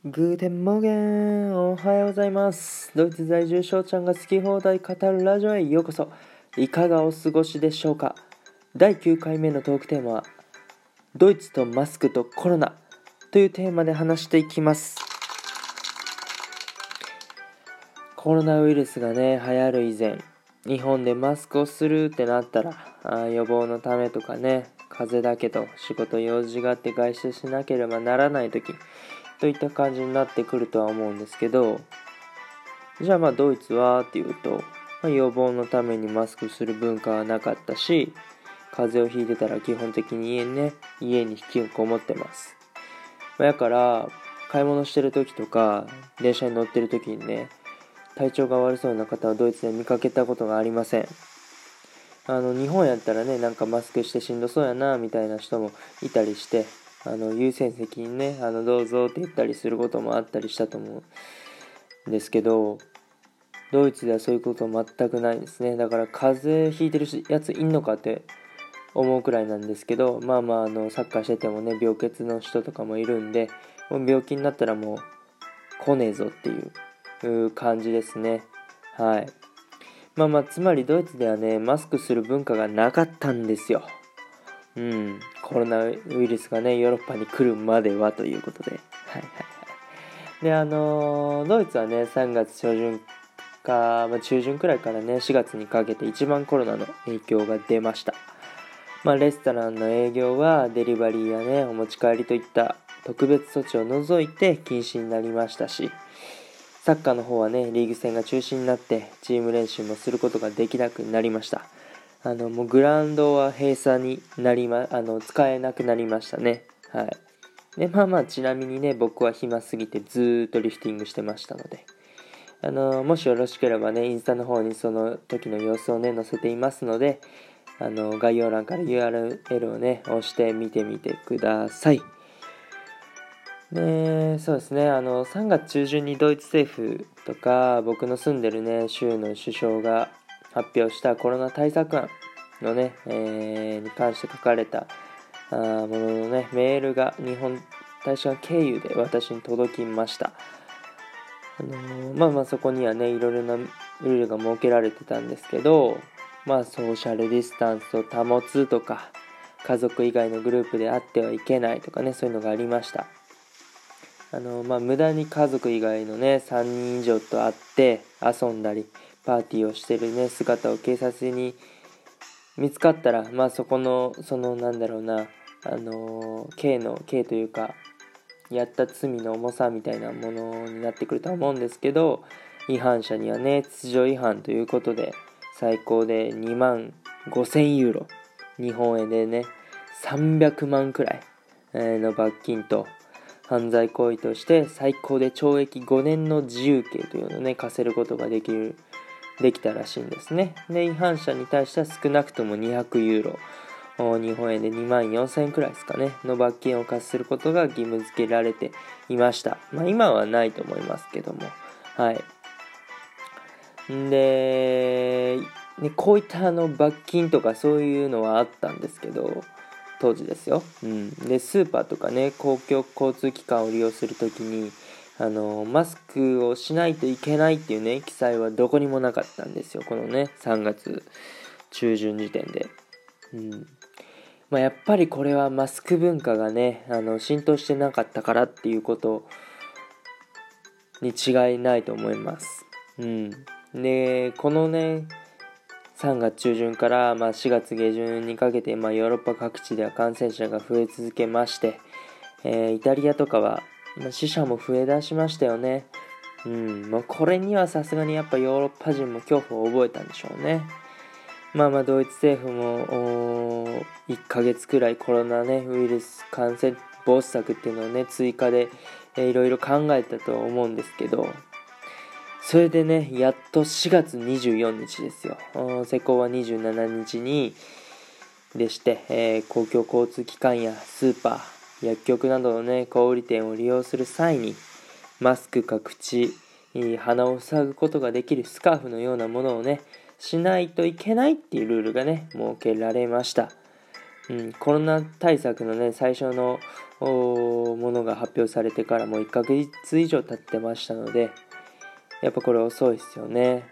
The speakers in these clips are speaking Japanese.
グーテンモーゲン、おはようございます。ドイツ在住翔ちゃんが好き放題語るラジオへようこそ。いかがお過ごしでしょうか。第9回目のトークテーマはドイツとマスクとコロナというテーマで話していきます。コロナウイルスがね流行る以前、日本でマスクをするってなったら予防のためとかね、風邪だけど仕事用事があって外出しなければならない時といった感じになってくるとは思うんですけど、じゃあドイツはっていうと、予防のためにマスクする文化はなかったし、風邪をひいてたら基本的に家に引きこもってます。だから買い物してる時とか電車に乗ってる時にね、体調が悪そうな方はドイツで見かけたことがありません。日本やったらね、なんかマスクしてしんどそうやなみたいな人もいたりして、優先席にねどうぞって言ったりすることもあったりしたと思うんですけど、ドイツではそういうこと全くないですね。だから風邪ひいてるやついんのかって思うくらいなんですけど、サッカーしててもね、病欠の人とかもいるんで、もう病気になったらもう来ねえぞっていう感じですね。はい。つまりドイツではね、マスクする文化がなかったんですよ。コロナウイルスがねヨーロッパに来るまではということで、でドイツはね3月初旬か、中旬くらいからね4月にかけて一番コロナの影響が出ました。レストランの営業はデリバリーやねお持ち帰りといった特別措置を除いて禁止になりましたし、サッカーの方はねリーグ戦が中止になってチーム練習もすることができなくなりました。もうグラウンドは閉鎖になり使えなくなりましたね。はい。でちなみにね、僕は暇すぎてずっとリフティングしてましたので、もしよろしければねインスタの方にその時の様子をね載せていますので、概要欄から URL をね押して見てみてください。でそうですね、3月中旬にドイツ政府とか僕の住んでるね州の首相が発表したコロナ対策案のね、に関して書かれたもののねメールが日本大使館経由で私に届きました。そこにはねいろいろなルールが設けられてたんですけど、ソーシャルディスタンスを保つとか、家族以外のグループで会ってはいけないとかね、そういうのがありました。無駄に家族以外のね3人以上と会って遊んだりパーティーをしてるね姿を警察に見つかったら、そこの刑というかやった罪の重さみたいなものになってくるとは思うんですけど、違反者にはね秩序違反ということで最高で2万5000ユーロ、日本円でね300万くらいの罰金と、犯罪行為として最高で懲役5年の自由刑というのをね課せることができたらしいんですね。で違反者に対しては少なくとも200ユーロ、日本円で2万4000円くらいですかねの罰金を課することが義務付けられていました。今はないと思いますけども、はい。で、こういった罰金とかそういうのはあったんですけど、当時ですよ。でスーパーとかね公共交通機関を利用するときにマスクをしないといけないっていうね記載はどこにもなかったんですよ、このね3月中旬時点で。やっぱりこれはマスク文化がね浸透してなかったからっていうことに違いないと思います。でこのね3月中旬から4月下旬にかけて、ヨーロッパ各地では感染者が増え続けまして、イタリアとかは、死者も増え出しましたよね。これにはさすがにやっぱヨーロッパ人も恐怖を覚えたんでしょうね。ドイツ政府も1ヶ月くらいコロナねウイルス感染防止策っていうのをね追加でいろいろ考えたと思うんですけど、それでねやっと4月24日ですよ。施行は27日にでして、公共交通機関やスーパー薬局などのね小売店を利用する際にマスクか口、鼻を塞ぐことができるスカーフのようなものをねしないといけないっていうルールがね設けられました。 コロナ対策のね最初のものが発表されてからもう1ヶ月以上経ってましたので、やっぱこれ遅いですよね。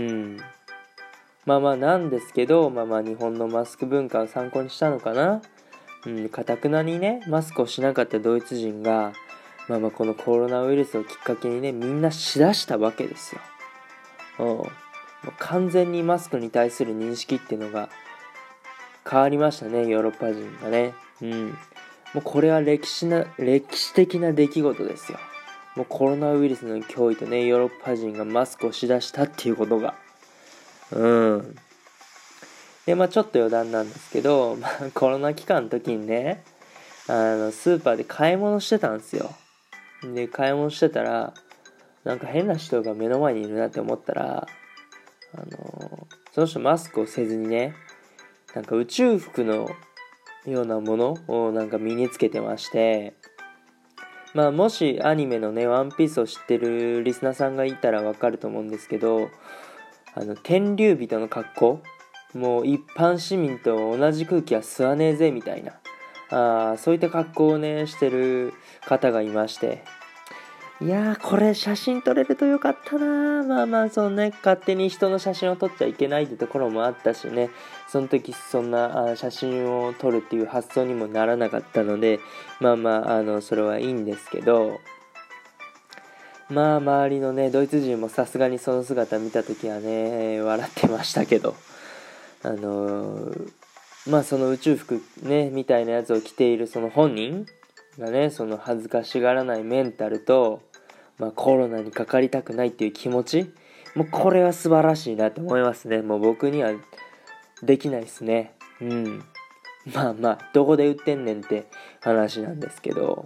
なんですけど、日本のマスク文化を参考にしたのかな。かたくなにねマスクをしなかったドイツ人がこのコロナウイルスをきっかけにねみんなしだしたわけですよ。もう完全にマスクに対する認識っていうのが変わりましたね、ヨーロッパ人がね。もうこれは歴史的な出来事ですよ。もうコロナウイルスの脅威とねヨーロッパ人がマスクをしだしたっていうことがでちょっと余談なんですけど、コロナ期間の時にねスーパーで買い物してたんですよ。で買い物してたらなんか変な人が目の前にいるなって思ったらその人マスクをせずにねなんか宇宙服のようなものをなんか身につけてまして、もしアニメのねワンピースを知ってるリスナーさんがいたらわかると思うんですけど、天竜人の格好、もう一般市民と同じ空気は吸わねえぜみたいなそういった格好をねしてる方がいまして、いやーこれ写真撮れるとよかったな。そうね、勝手に人の写真を撮っちゃいけないってところもあったしね、その時そんな写真を撮るっていう発想にもならなかったので、それはいいんですけど、周りのねドイツ人もさすがにその姿見た時はね笑ってましたけど、その宇宙服ねみたいなやつを着ているその本人がねその恥ずかしがらないメンタルと、コロナにかかりたくないっていう気持ち、もうこれは素晴らしいなと思いますね。もう僕にはできないですね。どこで売ってんねんって話なんですけど、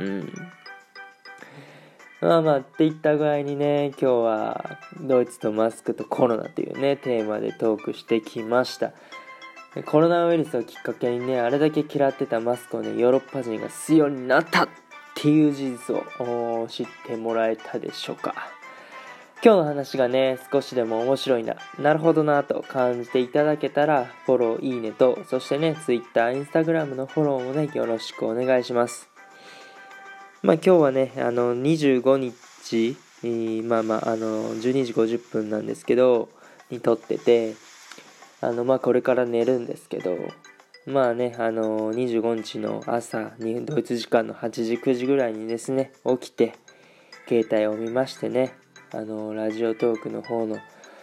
っていった具合にね今日はドイツとマスクとコロナというねテーマでトークしてきました。コロナウイルスをきっかけにねあれだけ嫌ってたマスクをねヨーロッパ人がするようになったっていう事実を知ってもらえたでしょうか。今日の話がね少しでも面白いなるほどなと感じていただけたらフォローいいねと、そしてね Twitter、Instagram のフォローもねよろしくお願いします。今日はね25日12時50分なんですけどに撮ってて、これから寝るんですけど、25日の朝にドイツ時間の8時9時ぐらいにですね起きて携帯を見ましてね、ラジオトークの方の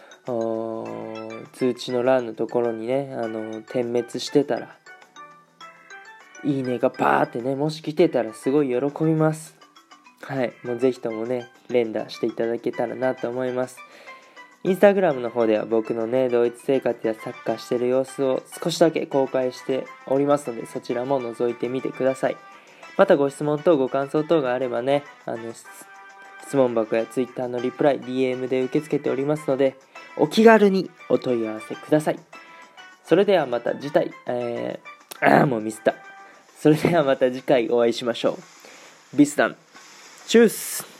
通知の欄のところにね点滅してたらいいねがバーってねもし来てたらすごい喜びます。もうぜひともね連打していただけたらなと思います。インスタグラムの方では僕のねドイツ生活やサッカーしている様子を少しだけ公開しておりますので、そちらも覗いてみてください。またご質問等ご感想等があればね質問箱や Twitter のリプライ DM で受け付けておりますのでお気軽にお問い合わせください。それではまた次回もうミスった。それではまた次回お会いしましょう。ビスダンチュース。